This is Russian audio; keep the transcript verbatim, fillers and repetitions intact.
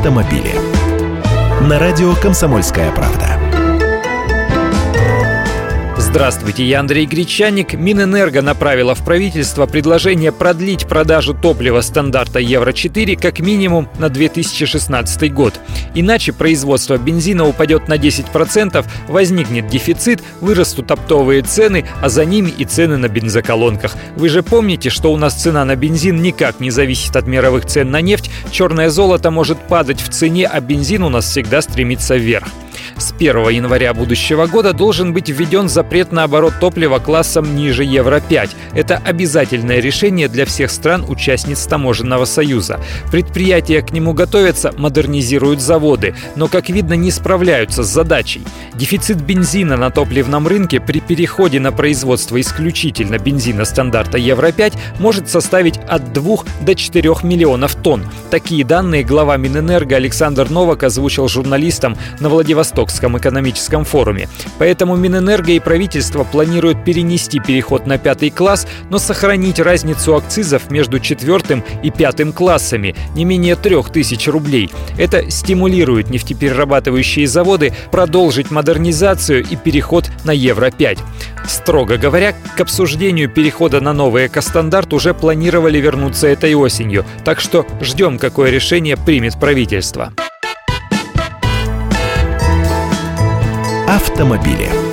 автомобили. На радио «Комсомольская правда». Здравствуйте, я Андрей Гречаник. Минэнерго направила в правительство предложение продлить продажу топлива стандарта евро четыре как минимум на две тысячи шестнадцатый год. Иначе производство бензина упадет на десять процентов, возникнет дефицит, вырастут оптовые цены, а за ними и цены на бензоколонках. Вы же помните, что у нас цена на бензин никак не зависит от мировых цен на нефть, черное золото может падать в цене, а бензин у нас всегда стремится вверх. С первого января будущего года должен быть введен запрет на оборот топлива классом ниже евро пять. Это обязательное решение для всех стран-участниц Таможенного союза. Предприятия к нему готовятся, модернизируют заводы, но, как видно, не справляются с задачей. Дефицит бензина на топливном рынке при переходе на производство исключительно бензина стандарта евро пять может составить от двух до четырёх миллионов тонн. Такие данные глава Минэнерго Александр Новак озвучил журналистам на Владивостокском экономическом форуме. Поэтому Минэнерго и правительство планируют перенести переход на пятый класс, но сохранить разницу акцизов между четвертым и пятым классами не менее трех тысяч рублей. Это стимулирует нефтеперерабатывающие заводы продолжить модернизацию и переход на евро пять. Строго говоря, к обсуждению перехода на новый экостандарт уже планировали вернуться этой осенью, так что ждем, какое решение примет правительство. Автомобили.